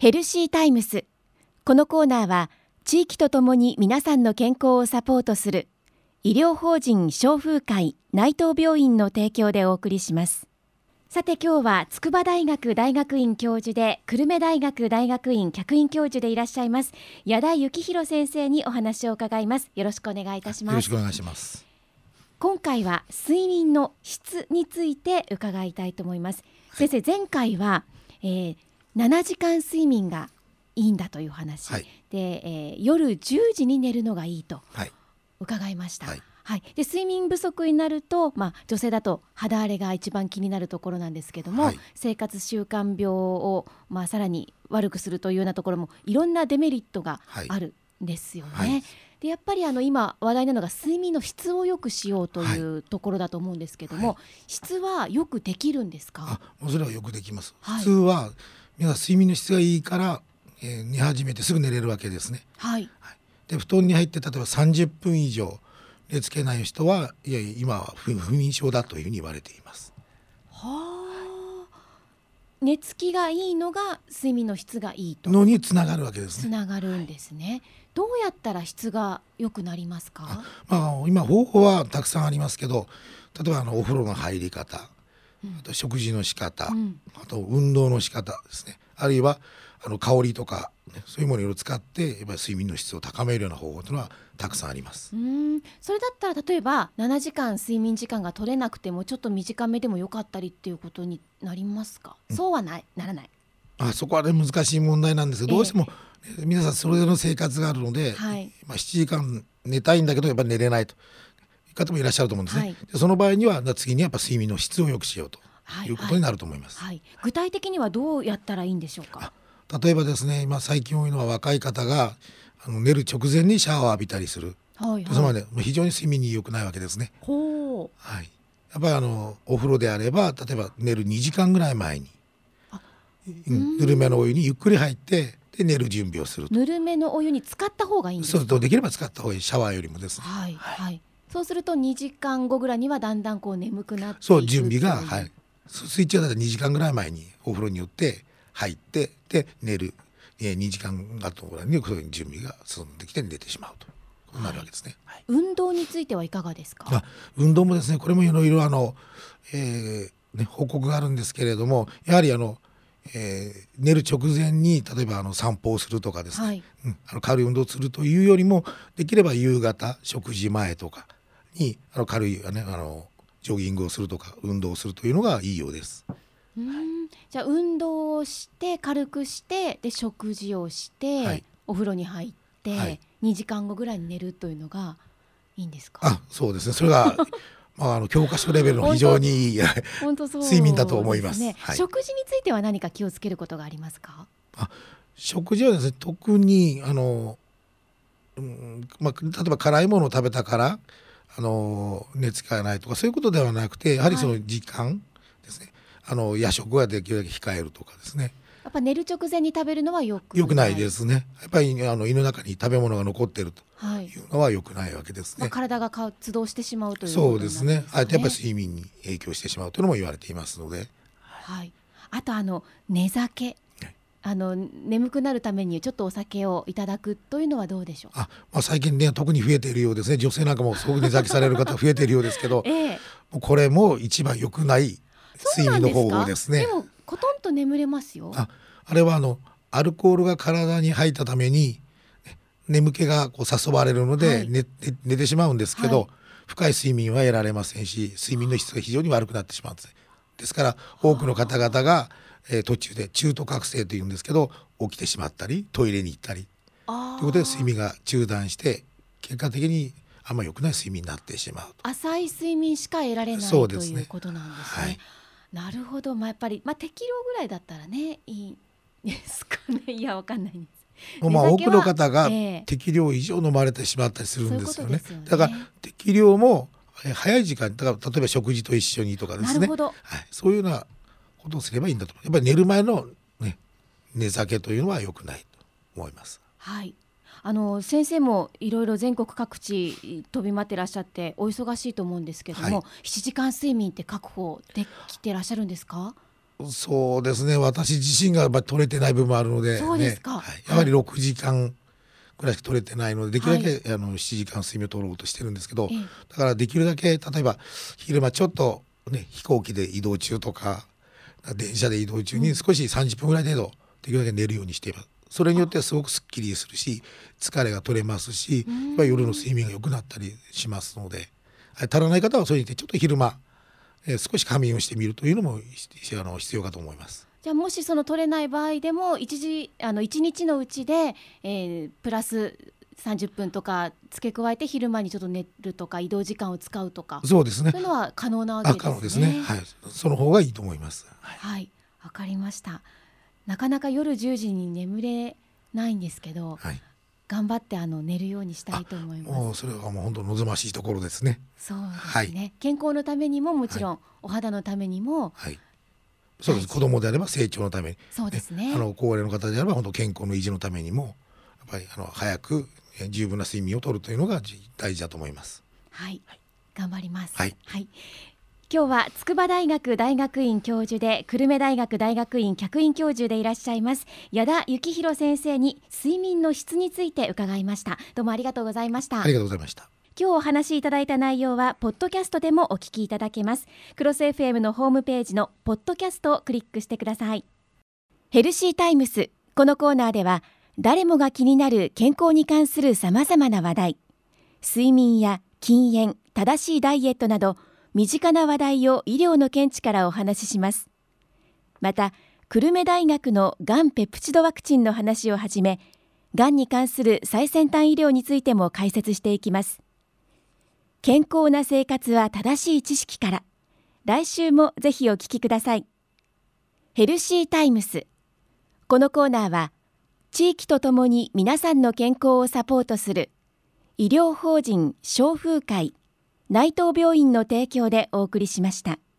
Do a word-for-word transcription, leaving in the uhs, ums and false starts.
ヘルシータイムス。このコーナーは地域とともに皆さんの健康をサポートする医療法人消風会内藤病院の提供でお送りします。さて今日は筑波大学大学院教授で久留米大学大学院客員教授でいらっしゃいます矢田幸弘先生にお話を伺います。よろしくお願いいたします。 よろしくお願いします。 今回は睡眠の質について伺いたいと思います。はい、先生、前回は、えー、ななじかん睡眠がいいんだという話、はい、で、えー、夜じゅうじに寝るのがいいと伺いました。はいはい、で睡眠不足になると、まあ、女性だと肌荒れが一番気になるところなんですけども、はい、生活習慣病を、まあ、さらに悪くするというようなところもいろんなデメリットがあるんですよね。はいはい、でやっぱりあの今話題なのが睡眠の質を良くしようというところだと思うんですけども、はい、質はよくできるんですか？ あ、もうそれはよくできます。はい、普通は皆さん睡眠の質がいいから、えー、寝始めてすぐ寝れるわけですね。はいはい、で布団に入って例えばさんじゅっぷん以上寝つけない人はいやいや今は不眠症だというふうに言われています。 はあ、寝つきがいいのが睡眠の質がいいとのにつながるわけですね。 つながるんですね。はい、どうやったら質が良くなりますか？ あ、まあ、今方法はたくさんありますけど、例えばあのお風呂の入り方、うん、あと食事の仕方、うん、あと運動の仕方ですね。あるいはあの香りとか、ね、そういうものを使ってやっぱり睡眠の質を高めるような方法というのはたくさんあります。 うーん、それだったら例えばななじかん睡眠時間が取れなくてもちょっと短めでもよかったりっていうことになりますか？うん、そうはないならない。 あ、そこは、ね、難しい問題なんですけど、どうしても、えー、皆さんそれぞれの生活があるので、はい、まあ、しちじかん寝たいんだけどやっぱり寝れないという方もいらっしゃると思うんですね。はい、でその場合には次にやっぱ睡眠の質を良くしようということになると思います。 はいはいはい、具体的にはどうやったらいいんでしょうか？ 例えばですね、今最近多いのは若い方があの寝る直前にシャワーを浴びたりする、はいはい、それまで非常に睡眠に良くないわけですね。ほう、はい、やっぱりあのお風呂であれば例えば寝るにじかんぐらい前に、うん、ぬるめのお湯にゆっくり入ってで寝る準備をすると。 ぬるめのお湯に浸かった方がいいんですか？ そうとできれば使った方がいい、シャワーよりもですね。 はいはい、そうするとにじかんごぐらいにはだんだんこう眠くなっていく。 そう準備が、はい、スイッチはだいたいにじかんぐらい前にお風呂によって入ってで寝る、えー、にじかん後ぐらいにそういう準備が進んできて寝てしまうとなるわけですね。はいはい、 運動についてはいかがですか？ あ、運動もですね、これもいろいろあの、えーね、報告があるんですけれども、やはりあの、えー、寝る直前に例えばあの散歩をするとかですね、はい、うん、あの軽い運動をするというよりもできれば夕方食事前とかにあの軽い、ね、あのジョギングをするとか運動をするというのがいいようです。 うーん、じゃあ運動をして軽くしてで食事をして、はい、お風呂に入って、はい、にじかんごぐらいに寝るというのがいいんですか？ あ、そうですね、それがまあ、あの教科書レベルの非常にいい睡眠だと思います。 ね、はい、食事については何か気をつけることがありますか？ あ、食事はですね、特にあの、うんまあ、例えば辛いものを食べたからあの寝つきがないとかそういうことではなくて、やはりその時間ですね、はい、あの夜食はできるだけ控えるとかですね。 やっぱ寝る直前に食べるのはよくない。 よくないですね。やっぱりあの胃の中に食べ物が残っているというのはよくないわけですね。 まあ、体が活動してしまうということなんですね。そうですね。あえてやっぱり睡眠に影響してしまうというのも言われていますので。 はい、あとあの寝酒、あの眠くなるためにちょっとお酒をいただくというのはどうでしょう？ あ、まあ、最近ね特に増えているようですね。女性なんかもすごく寝酒される方増えているようですけど、ええ、もうこれも一番良くない睡眠の方法ですね。 でもコトンと眠れますよ。 あ、あれはあのアルコールが体に入ったために眠気がこう誘われるので、はい、寝, 寝てしまうんですけど、はい、深い睡眠は得られませんし睡眠の質が非常に悪くなってしまうんです。ですから多くの方々が、えー、途中で中途覚醒というんですけど起きてしまったりトイレに行ったりということで睡眠が中断して結果的にあんまり良くない睡眠になってしまうと。 浅い睡眠しか得られないということなんですね。はい、なるほど、まあ、やっぱり、まあ、適量ぐらいだったらねいいですかね。いやわかんないんです。 まあ、多くの方が適量以上飲まれてしまったりするんですよね。そういうことですよね。だから適量も早い時間だから例えば食事と一緒にとかですね。なるほど、はい、そういうようなことをすればいいんだと思う。やっぱり寝る前の、ね、寝酒というのは良くないと思います。 はい、あの先生もいろいろ全国各地飛び回ってらっしゃってお忙しいと思ううんですけども、はい、しちじかん睡眠って確保できてらっしゃるんですか？ そうですね、私自身がやっぱ取れてない部分もあるので、ね、 そうですか、 はい、やはりろくじかんぐらいしか取れてないので、できるだけ、はい、あのしちじかん睡眠を取ろうとしてるんですけど、ええ、だからできるだけ例えば昼間ちょっと、ね、飛行機で移動中とか電車で移動中に少しさんじゅっぷんぐらい程度できるだけ寝るようにしています。それによってすごくすっきりするし、疲れが取れますし、やっぱり夜の睡眠が良くなったりしますので、足らない方はそれにてちょっと昼間、えー、少し仮眠をしてみるというのもあの必要かと思います。 じゃあもしその取れない場合でも一時あのいちにちのうちで、えー、プラスさんじゅっぷんとか付け加えて昼間にちょっと寝るとか移動時間を使うとか、 そうですね、 そういうのは可能なわけですね。 あ、可能ですね、はい、その方がいいと思います。 はい、はい、わかりました。なかなか夜じゅうじに眠れないんですけど、はい、頑張ってあの寝るようにしたいと思います。 もうそれはもう本当望ましいところですね。 そうですね、 はい、 健康のためにももちろん、はい、お肌のためにも、 はい、そうです。子供であれば成長のために、 そうですね、 あの高齢の方であれば本当健康の維持のためにもやっぱりあの早く十分な睡眠をとるというのが大事だと思います。 はい、はい、頑張ります。 はい、 はい、今日は筑波大学大学院教授で久留米大学大学院客員教授でいらっしゃいます矢田幸弘先生に睡眠の質について伺いました。どうもありがとうございました。 ありがとうございました。 今日お話しいただいた内容はポッドキャストでもお聞きいただけます。クロス エフエム のホームページのポッドキャストをクリックしてください。ヘルシータイムス、このコーナーでは誰もが気になる健康に関するさまざまな話題、睡眠や禁煙、正しいダイエットなど身近な話題を医療の見地からお話しします。また久留米大学のがんペプチドワクチンの話をはじめ、がんに関する最先端医療についても解説していきます。健康な生活は正しい知識から。来週もぜひお聞きください。ヘルシータイムス、このコーナーは地域とともに皆さんの健康をサポートする医療法人消風会内藤病院の提供でお送りしました。